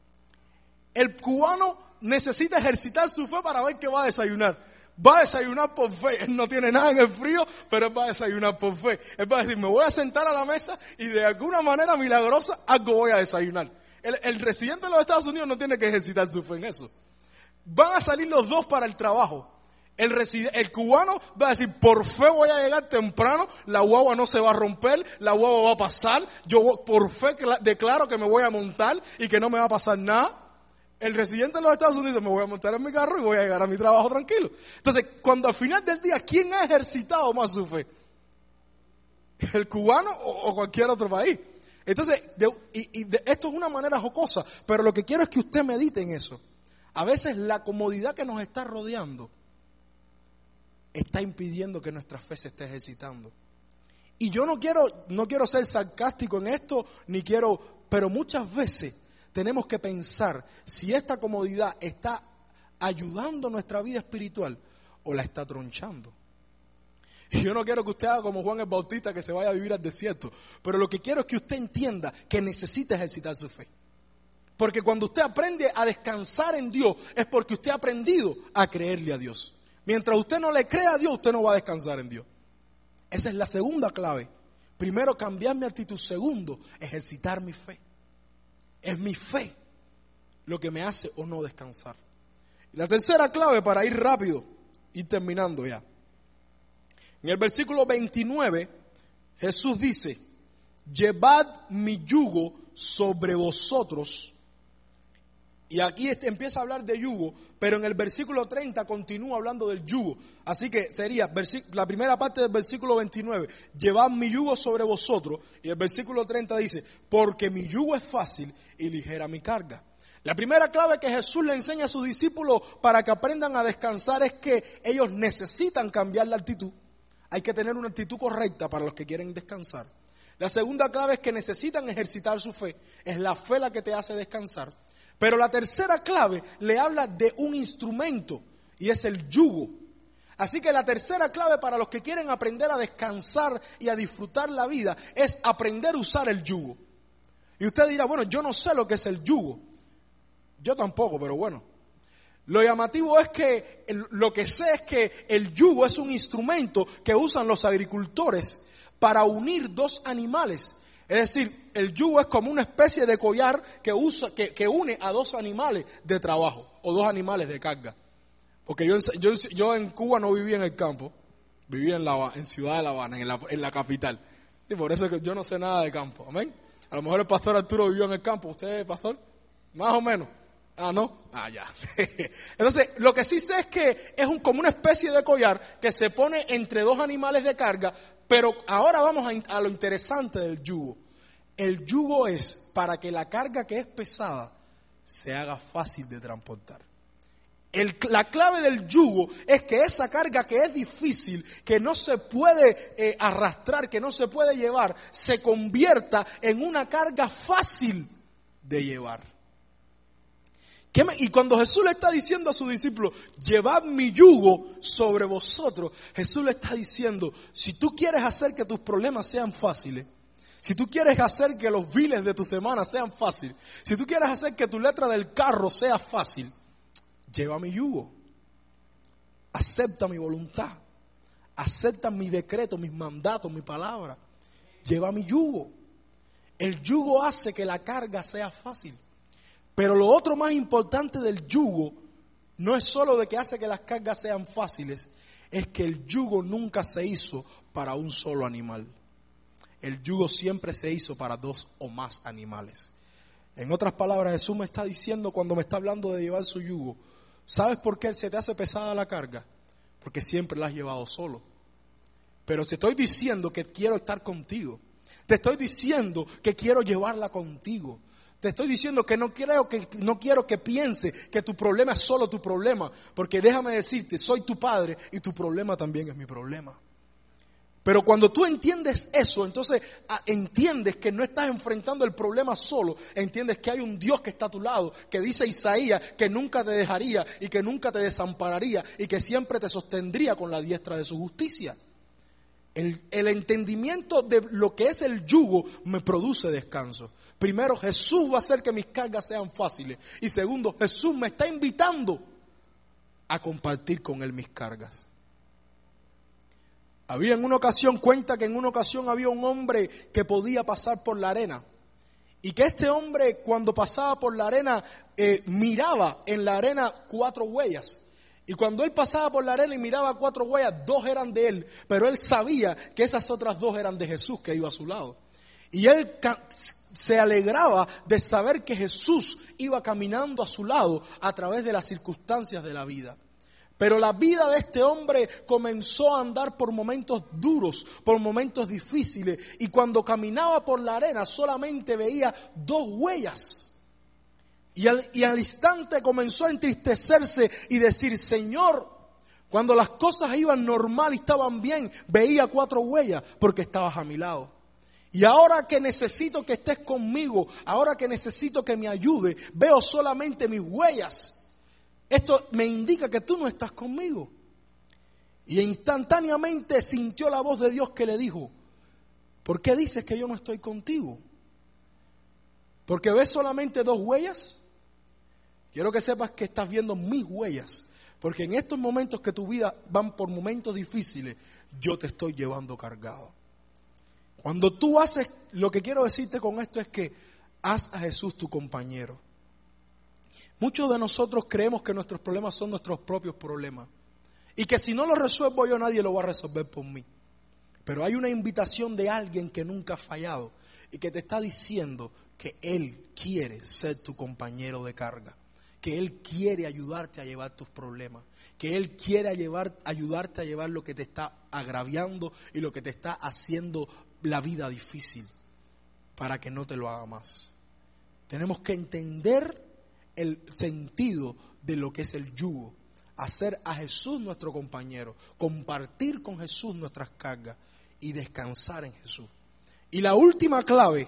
Speaker 1: El cubano necesita ejercitar su fe para ver qué va a desayunar. Va a desayunar por fe. Él no tiene nada en el frío, pero él va a desayunar por fe. Él va a decir, me voy a sentar a la mesa y de alguna manera milagrosa algo voy a desayunar. El residente de los Estados Unidos no tiene que ejercitar su fe en eso. Van a salir los dos para el trabajo. El cubano va a decir, por fe voy a llegar temprano, la guagua no se va a romper, la guagua va a pasar, yo por fe declaro que me voy a montar y que no me va a pasar nada. El residente de los Estados Unidos, me voy a montar en mi carro y voy a llegar a mi trabajo tranquilo. Entonces, cuando al final del día, ¿quién ha ejercitado más su fe? ¿El cubano o cualquier otro país? Entonces, esto es una manera jocosa, pero lo que quiero es que usted medite en eso. A veces la comodidad que nos está rodeando está impidiendo que nuestra fe se esté ejercitando. Y yo no quiero ser sarcástico en esto, pero muchas veces tenemos que pensar si esta comodidad está ayudando nuestra vida espiritual o la está tronchando. Y yo no quiero que usted haga como Juan el Bautista, que se vaya a vivir al desierto, pero lo que quiero es que usted entienda que necesita ejercitar su fe. Porque cuando usted aprende a descansar en Dios, es porque usted ha aprendido a creerle a Dios. Mientras usted no le crea a Dios, usted no va a descansar en Dios. Esa es la segunda clave. Primero, cambiar mi actitud. Segundo, ejercitar mi fe. Es mi fe lo que me hace o no descansar. Y la tercera clave, para ir rápido, ir terminando ya. En el versículo 29, Jesús dice, llevad mi yugo sobre vosotros. Y aquí empieza a hablar de yugo, pero en el versículo 30 continúa hablando del yugo. Así que sería la primera parte del versículo 29, llevad mi yugo sobre vosotros. Y el versículo 30 dice, porque mi yugo es fácil y ligera mi carga. La primera clave que Jesús le enseña a sus discípulos para que aprendan a descansar es que ellos necesitan cambiar la actitud. Hay que tener una actitud correcta para los que quieren descansar. La segunda clave es que necesitan ejercitar su fe. Es la fe la que te hace descansar. Pero la tercera clave le habla de un instrumento y es el yugo. Así que la tercera clave para los que quieren aprender a descansar y a disfrutar la vida es aprender a usar el yugo. Y usted dirá, bueno, yo no sé lo que es el yugo. Yo tampoco, pero bueno. Lo llamativo es que lo que sé es que el yugo es un instrumento que usan los agricultores para unir dos animales. Es decir, el yugo es como una especie de collar que une a dos animales de trabajo o dos animales de carga. Porque yo en Cuba no vivía en el campo, vivía en Ciudad de La Habana, en la capital. Y por eso que yo no sé nada de campo. Amén. A lo mejor el pastor Arturo vivió en el campo. ¿Usted, pastor? Más o menos. Ah, ¿no? Ah, ya. Entonces, lo que sí sé es que es como una especie de collar que se pone entre dos animales de carga, pero ahora vamos a lo interesante del yugo. El yugo es para que la carga que es pesada se haga fácil de transportar. La clave del yugo es que esa carga que es difícil, que no se puede arrastrar, que no se puede llevar, se convierta en una carga fácil de llevar. Y cuando Jesús le está diciendo a sus discípulos, llevad mi yugo sobre vosotros, Jesús le está diciendo, si tú quieres hacer que tus problemas sean fáciles, si tú quieres hacer que los biles de tu semana sean fáciles, si tú quieres hacer que tu letra del carro sea fácil, lleva mi yugo, acepta mi voluntad, acepta mi decreto, mis mandatos, mi palabra, lleva mi yugo. El yugo hace que la carga sea fácil. Pero lo otro más importante del yugo no es solo de que hace que las cargas sean fáciles, es que el yugo nunca se hizo para un solo animal. El yugo siempre se hizo para 2 o más animales. En otras palabras, Jesús me está diciendo cuando me está hablando de llevar su yugo, ¿sabes por qué se te hace pesada la carga? Porque siempre la has llevado solo. Pero te estoy diciendo que quiero estar contigo. Te estoy diciendo que quiero llevarla contigo. Te estoy diciendo que no quiero que piense que tu problema es solo tu problema. Porque déjame decirte, soy tu padre y tu problema también es mi problema. Pero cuando tú entiendes eso, entonces entiendes que no estás enfrentando el problema solo. Entiendes que hay un Dios que está a tu lado, que dice Isaías que nunca te dejaría y que nunca te desampararía y que siempre te sostendría con la diestra de su justicia. El entendimiento de lo que es el yugo me produce descanso. Primero, Jesús va a hacer que mis cargas sean fáciles. Y segundo, Jesús me está invitando a compartir con Él mis cargas. Cuenta que en una ocasión había un hombre que podía pasar por la arena. Y que este hombre, cuando pasaba por la arena, miraba en la arena 4 huellas. Y cuando él pasaba por la arena y miraba 4 huellas, 2 eran de él, pero él sabía que esas otras 2 eran de Jesús que iba a su lado. Y él se alegraba de saber que Jesús iba caminando a su lado a través de las circunstancias de la vida. Pero la vida de este hombre comenzó a andar por momentos duros, por momentos difíciles. Y cuando caminaba por la arena solamente veía 2 huellas. Y al instante comenzó a entristecerse y decir, Señor, cuando las cosas iban normal y estaban bien, veía 4 huellas porque estabas a mi lado. Y ahora que necesito que estés conmigo, ahora que necesito que me ayude, veo solamente mis huellas. Esto me indica que tú no estás conmigo. Y instantáneamente sintió la voz de Dios que le dijo, ¿por qué dices que yo no estoy contigo? ¿Porque ves solamente 2 huellas? Quiero que sepas que estás viendo mis huellas, porque en estos momentos que tu vida van por momentos difíciles, yo te estoy llevando cargado. Cuando tú haces, lo que quiero decirte con esto es que haz a Jesús tu compañero. Muchos de nosotros creemos que nuestros problemas son nuestros propios problemas y que si no los resuelvo yo, nadie lo va a resolver por mí. Pero hay una invitación de alguien que nunca ha fallado y que te está diciendo que Él quiere ser tu compañero de carga, que Él quiere ayudarte a llevar tus problemas, que Él quiere ayudarte a llevar lo que te está agraviando y lo que te está haciendo la vida difícil para que no te lo haga más. Tenemos que entender el sentido de lo que es el yugo, hacer a Jesús nuestro compañero, compartir con Jesús nuestras cargas y descansar en Jesús. Y la última clave,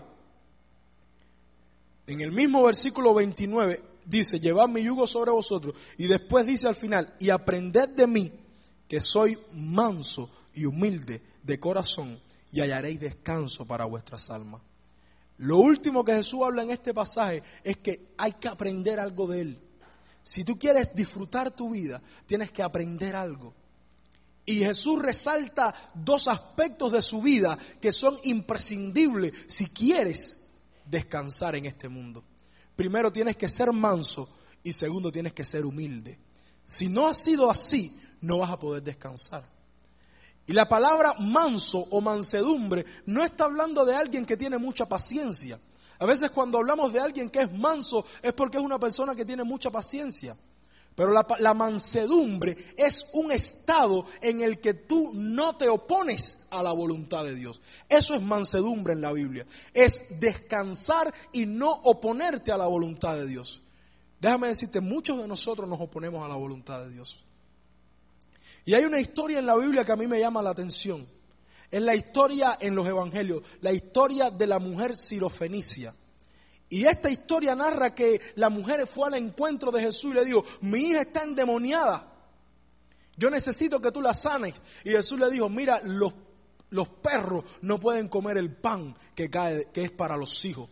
Speaker 1: en el mismo versículo 29, dice, llevad mi yugo sobre vosotros, y después dice al final, y aprended de mí, que soy manso y humilde de corazón, y hallaréis descanso para vuestras almas. Lo último que Jesús habla en este pasaje es que hay que aprender algo de Él. Si tú quieres disfrutar tu vida, tienes que aprender algo. Y Jesús resalta 2 aspectos de su vida que son imprescindibles si quieres descansar en este mundo. Primero, tienes que ser manso y segundo, tienes que ser humilde. Si no has sido así, no vas a poder descansar. Y la palabra manso o mansedumbre no está hablando de alguien que tiene mucha paciencia. A veces cuando hablamos de alguien que es manso es porque es una persona que tiene mucha paciencia. Pero la mansedumbre es un estado en el que tú no te opones a la voluntad de Dios. Eso es mansedumbre en la Biblia. Es descansar y no oponerte a la voluntad de Dios. Déjame decirte, muchos de nosotros nos oponemos a la voluntad de Dios. Y hay una historia en la Biblia que a mí me llama la atención. Es la historia en los evangelios, la historia de la mujer sirofenicia. Y esta historia narra que la mujer fue al encuentro de Jesús y le dijo, mi hija está endemoniada, yo necesito que tú la sanes. Y Jesús le dijo, mira, los perros no pueden comer el pan que cae, que es para los hijos.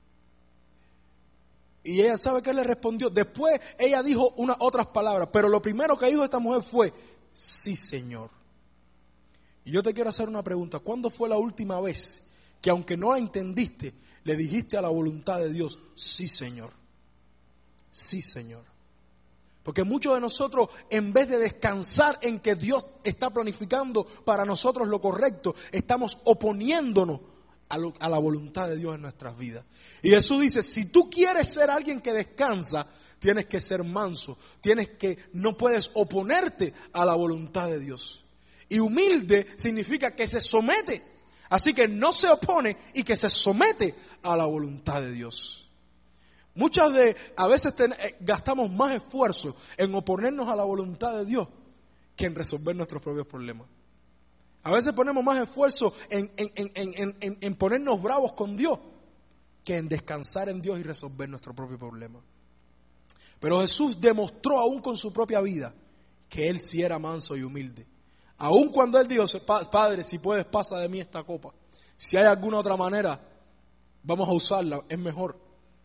Speaker 1: Y ella, ¿sabe qué le respondió? Después ella dijo otras palabras, pero lo primero que dijo esta mujer fue, sí, Señor. Y yo te quiero hacer una pregunta. ¿Cuándo fue la última vez que aunque no la entendiste, le dijiste a la voluntad de Dios, sí, Señor? Sí, Señor. Porque muchos de nosotros, en vez de descansar en que Dios está planificando para nosotros lo correcto, estamos oponiéndonos a la voluntad de Dios en nuestras vidas. Y Jesús dice, si tú quieres ser alguien que descansa, tienes que ser manso, no puedes oponerte a la voluntad de Dios. Y humilde significa que se somete, así que no se opone y que se somete a la voluntad de Dios. A veces gastamos más esfuerzo en oponernos a la voluntad de Dios que en resolver nuestros propios problemas. A veces ponemos más esfuerzo en ponernos bravos con Dios que en descansar en Dios y resolver nuestro propio problema. Pero Jesús demostró aún con su propia vida que Él sí era manso y humilde. Aún cuando Él dijo, Padre, si puedes, pasa de mí esta copa. Si hay alguna otra manera, vamos a usarla, es mejor.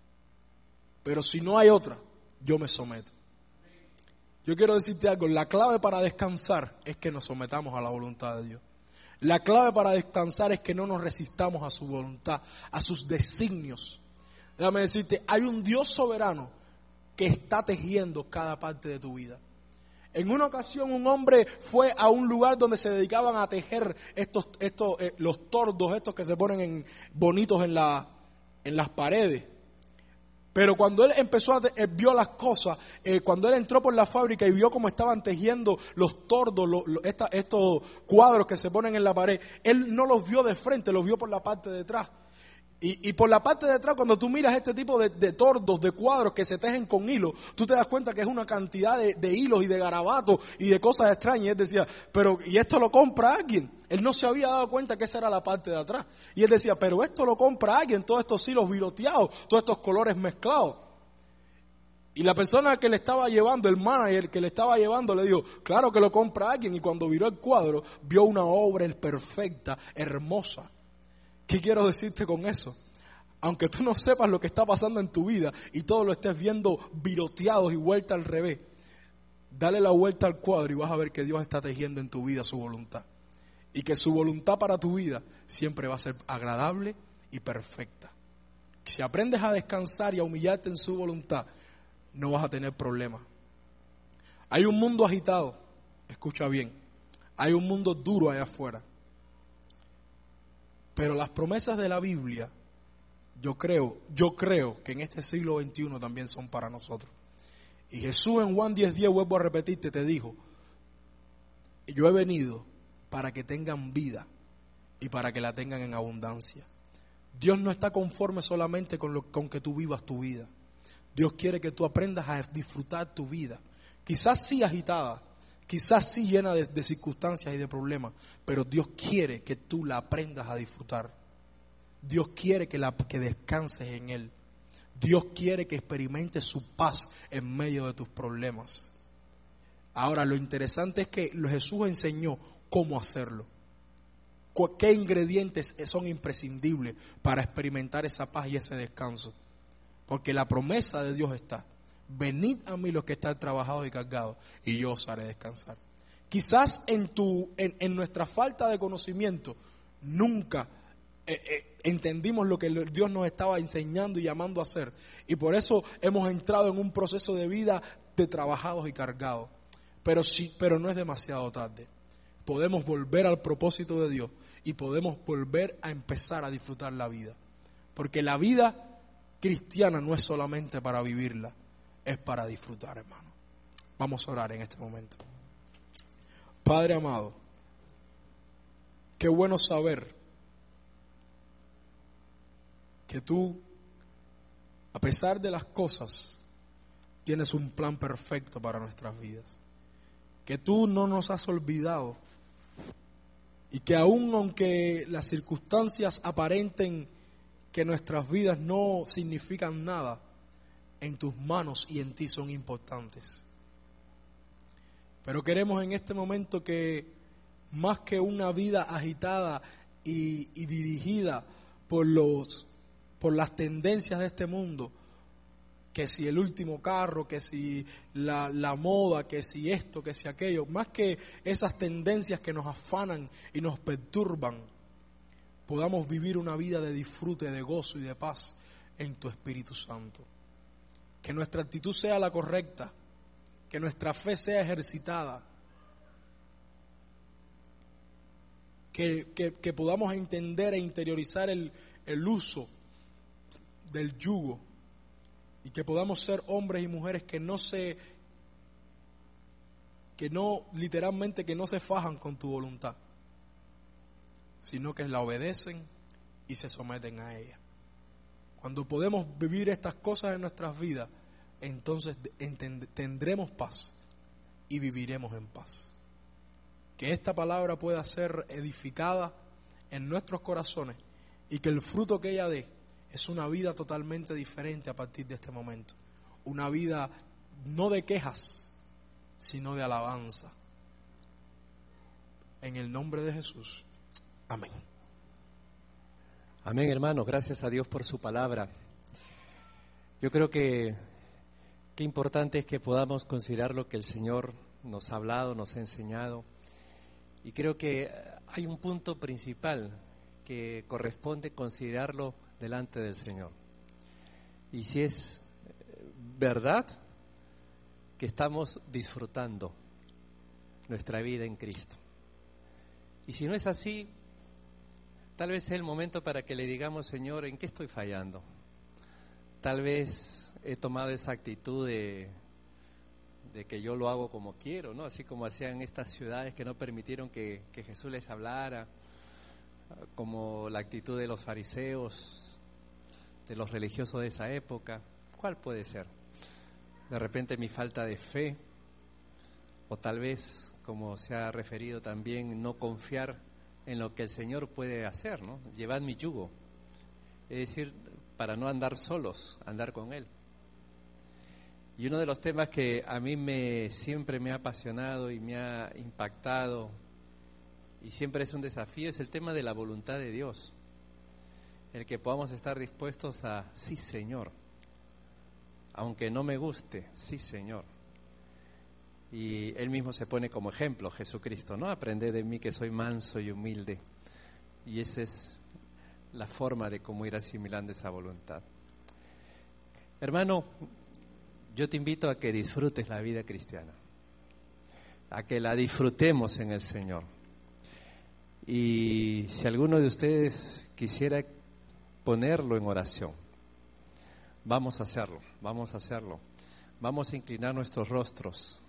Speaker 1: Pero si no hay otra, yo me someto. Yo quiero decirte algo, la clave para descansar es que nos sometamos a la voluntad de Dios. La clave para descansar es que no nos resistamos a su voluntad, a sus designios. Déjame decirte, hay un Dios soberano que está tejiendo cada parte de tu vida. En una ocasión un hombre fue a un lugar donde se dedicaban a tejer los tordos estos que se ponen bonitos en las paredes. Pero cuando él vio las cosas, cuando él entró por la fábrica y vio cómo estaban tejiendo los tordos, estos cuadros que se ponen en la pared, él no los vio de frente, los vio por la parte de atrás. Y por la parte de atrás, cuando tú miras este tipo de tordos, de cuadros que se tejen con hilos, tú te das cuenta que es una cantidad de hilos y de garabatos y de cosas extrañas. Y él decía, ¿y esto lo compra alguien? Él no se había dado cuenta que esa era la parte de atrás. Y él decía, pero esto lo compra alguien, todos estos hilos viroteados, todos estos colores mezclados. Y la persona que le estaba llevando, el manager que le estaba llevando, le dijo, claro que lo compra alguien. Y cuando viró el cuadro, vio una obra perfecta, hermosa. ¿Qué quiero decirte con eso? Aunque tú no sepas lo que está pasando en tu vida y todo lo estés viendo viroteados y vuelta al revés, dale la vuelta al cuadro y vas a ver que Dios está tejiendo en tu vida su voluntad. Y que su voluntad para tu vida siempre va a ser agradable y perfecta. Si aprendes a descansar y a humillarte en su voluntad, no vas a tener problemas. Hay un mundo agitado, escucha bien, hay un mundo duro allá afuera. Pero las promesas de la Biblia, yo creo que en este siglo XXI también son para nosotros. Y Jesús en Juan 10:10, vuelvo a repetirte, te dijo, yo he venido para que tengan vida y para que la tengan en abundancia. Dios no está conforme solamente con que tú vivas tu vida. Dios quiere que tú aprendas a disfrutar tu vida. Quizás sí agitada, quizás sí llena de circunstancias y de problemas, pero Dios quiere que tú la aprendas a disfrutar. Dios quiere que descanses en Él. Dios quiere que experimentes su paz en medio de tus problemas. Ahora, lo interesante es que Jesús enseñó cómo hacerlo. ¿Qué ingredientes son imprescindibles para experimentar esa paz y ese descanso? Porque la promesa de Dios está: venid a mí los que están trabajados y cargados, y yo os haré descansar. Quizás en nuestra falta de conocimiento nunca entendimos lo que Dios nos estaba enseñando y llamando a hacer, y por eso hemos entrado en un proceso de vida de trabajados y cargados. Pero no es demasiado tarde. Podemos volver al propósito de Dios y podemos volver a empezar a disfrutar la vida, porque la vida cristiana no es solamente para vivirla, es para disfrutar, hermano. Vamos a orar en este momento. Padre amado, qué bueno saber que tú, a pesar de las cosas, tienes un plan perfecto para nuestras vidas. Que tú no nos has olvidado y que aunque las circunstancias aparenten que nuestras vidas no significan nada, en tus manos y en ti son importantes. Pero queremos en este momento que, más que una vida agitada y dirigida por las tendencias de este mundo, que si el último carro, que si la moda, que si esto, que si aquello, más que esas tendencias que nos afanan y nos perturban, podamos vivir una vida de disfrute, de gozo y de paz en tu Espíritu Santo. que nuestra actitud sea la correcta, que nuestra fe sea ejercitada, que podamos entender e interiorizar el uso del yugo, y que podamos ser hombres y mujeres que no literalmente que no se fajan con tu voluntad, sino que la obedecen y se someten a ella. Cuando podemos vivir estas cosas en nuestras vidas, entonces tendremos paz y viviremos en paz. Que esta palabra pueda ser edificada en nuestros corazones y que el fruto que ella dé es una vida totalmente diferente a partir de este momento. Una vida no de quejas, sino de alabanza. En el nombre de Jesús. Amén.
Speaker 2: Amén, hermanos. Gracias a Dios por su palabra. Yo creo que qué importante es que podamos considerar lo que el Señor nos ha hablado, nos ha enseñado. Y creo que hay un punto principal que corresponde considerarlo delante del Señor. Y si es verdad que estamos disfrutando nuestra vida en Cristo. Y si no es así, tal vez sea el momento para que le digamos: Señor, ¿en qué estoy fallando? Tal vez he tomado esa actitud de que yo lo hago como quiero, ¿no? Así como hacían estas ciudades que no permitieron que Jesús les hablara, como la actitud de los fariseos, de los religiosos de esa época. ¿Cuál puede ser? De repente mi falta de fe, o tal vez, como se ha referido también, no confiar en lo que el Señor puede hacer, ¿no? Llevad mi yugo, es decir, para no andar solos, andar con Él. Y uno de los temas que a mí siempre me ha apasionado y me ha impactado, y siempre es un desafío, es el tema de la voluntad de Dios. El que podamos estar dispuestos a, sí, Señor, aunque no me guste, sí, Señor. Y Él mismo se pone como ejemplo, Jesucristo, ¿no? Aprended de mí que soy manso y humilde. Y esa es la forma de cómo ir asimilando esa voluntad. Hermano, yo te invito a que disfrutes la vida cristiana, a que la disfrutemos en el Señor. Y si alguno de ustedes quisiera ponerlo en oración, vamos a hacerlo. Vamos a inclinar nuestros rostros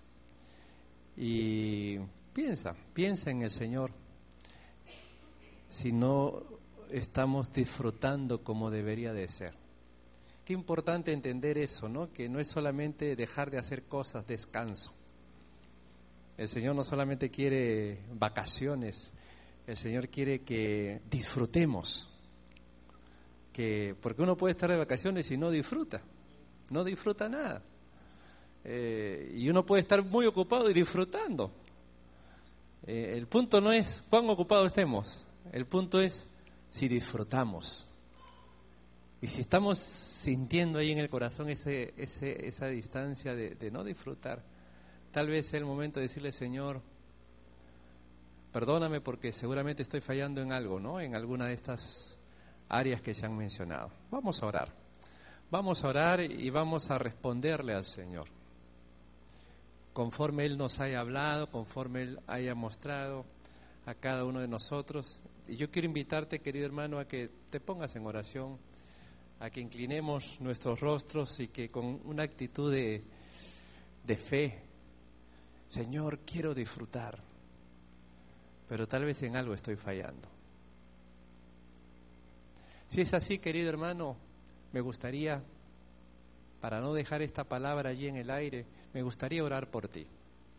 Speaker 2: y piensa en el Señor. Si no estamos disfrutando como debería de ser. Qué importante entender eso, ¿no? Que no es solamente dejar de hacer cosas, descanso. El Señor no solamente quiere vacaciones, el Señor quiere que disfrutemos. Porque uno puede estar de vacaciones y no disfruta nada. Y uno puede estar muy ocupado y disfrutando. El punto no es cuán ocupado estemos, el punto es si disfrutamos. Y si estamos sintiendo ahí en el corazón esa distancia de no disfrutar, tal vez sea el momento de decirle: Señor, perdóname porque seguramente estoy fallando en algo, ¿no? En alguna de estas áreas que se han mencionado. Vamos a orar y vamos a responderle al Señor conforme Él nos haya hablado, conforme Él haya mostrado a cada uno de nosotros. Y yo quiero invitarte, querido hermano, a que te pongas en oración, a que inclinemos nuestros rostros y que con una actitud de fe: Señor, quiero disfrutar, pero tal vez en algo estoy fallando. Si es así, querido hermano, me gustaría, para no dejar esta palabra allí en el aire, me gustaría orar por ti.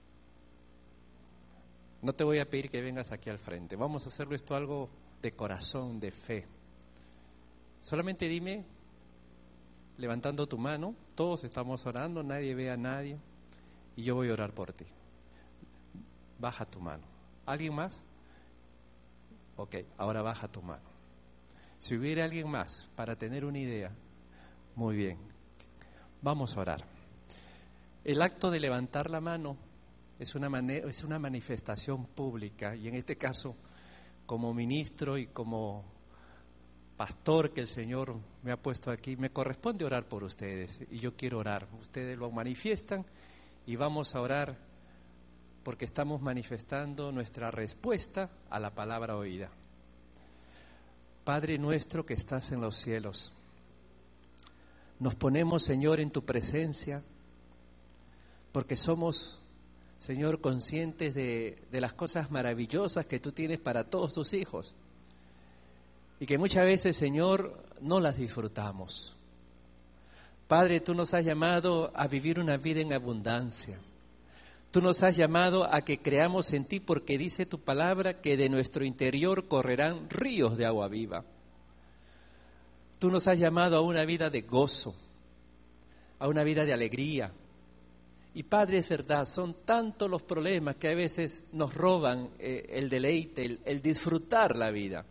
Speaker 2: No te voy a pedir que vengas aquí al frente. Vamos a hacerlo esto algo de corazón, de fe. Solamente dime, levantando tu mano, todos estamos orando, nadie ve a nadie, y yo voy a orar por ti. Baja tu mano. ¿Alguien más? Ok, ahora baja tu mano. Si hubiera alguien más, para tener una idea, muy bien, vamos a orar. El acto de levantar la mano es una manifestación pública, y en este caso, como ministro y como pastor que el Señor me ha puesto aquí, me corresponde orar por ustedes y yo quiero orar. Ustedes lo manifiestan y vamos a orar porque estamos manifestando nuestra respuesta a la palabra oída. Padre nuestro que estás en los cielos, nos ponemos, Señor, en tu presencia porque somos, Señor, conscientes de las cosas maravillosas que tú tienes para todos tus hijos. Y que muchas veces, Señor, no las disfrutamos. Padre, tú nos has llamado a vivir una vida en abundancia. Tú nos has llamado a que creamos en ti porque dice tu palabra que de nuestro interior correrán ríos de agua viva. Tú nos has llamado a una vida de gozo, a una vida de alegría. Y Padre, es verdad, son tantos los problemas que a veces nos roban el deleite, el disfrutar la vida.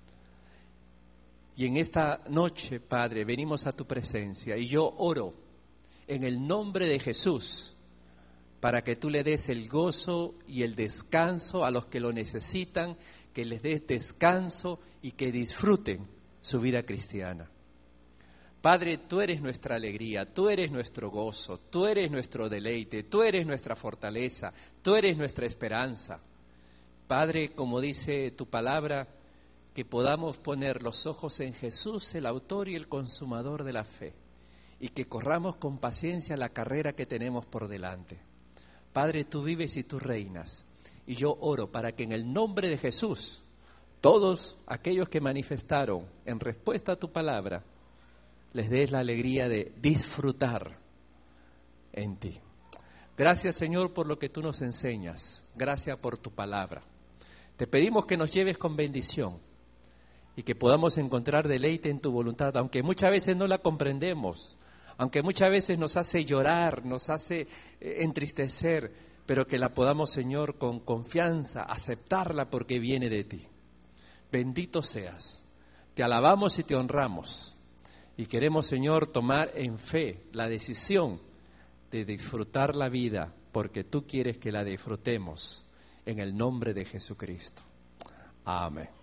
Speaker 2: Y en esta noche, Padre, venimos a tu presencia y yo oro en el nombre de Jesús para que tú le des el gozo y el descanso a los que lo necesitan, que les des descanso y que disfruten su vida cristiana. Padre, tú eres nuestra alegría, tú eres nuestro gozo, tú eres nuestro deleite, tú eres nuestra fortaleza, tú eres nuestra esperanza. Padre, como dice tu palabra, que podamos poner los ojos en Jesús, el autor y el consumador de la fe, y que corramos con paciencia la carrera que tenemos por delante. Padre, tú vives y tú reinas, y yo oro para que en el nombre de Jesús, todos aquellos que manifestaron en respuesta a tu palabra, les des la alegría de disfrutar en ti. Gracias, Señor, por lo que tú nos enseñas. Gracias por tu palabra. Te pedimos que nos lleves con bendición y que podamos encontrar deleite en tu voluntad, aunque muchas veces no la comprendemos, aunque muchas veces nos hace llorar, nos hace entristecer, pero que la podamos, Señor, con confianza aceptarla porque viene de ti. Bendito seas. Te alabamos y te honramos. Y queremos, Señor, tomar en fe la decisión de disfrutar la vida porque tú quieres que la disfrutemos en el nombre de Jesucristo. Amén.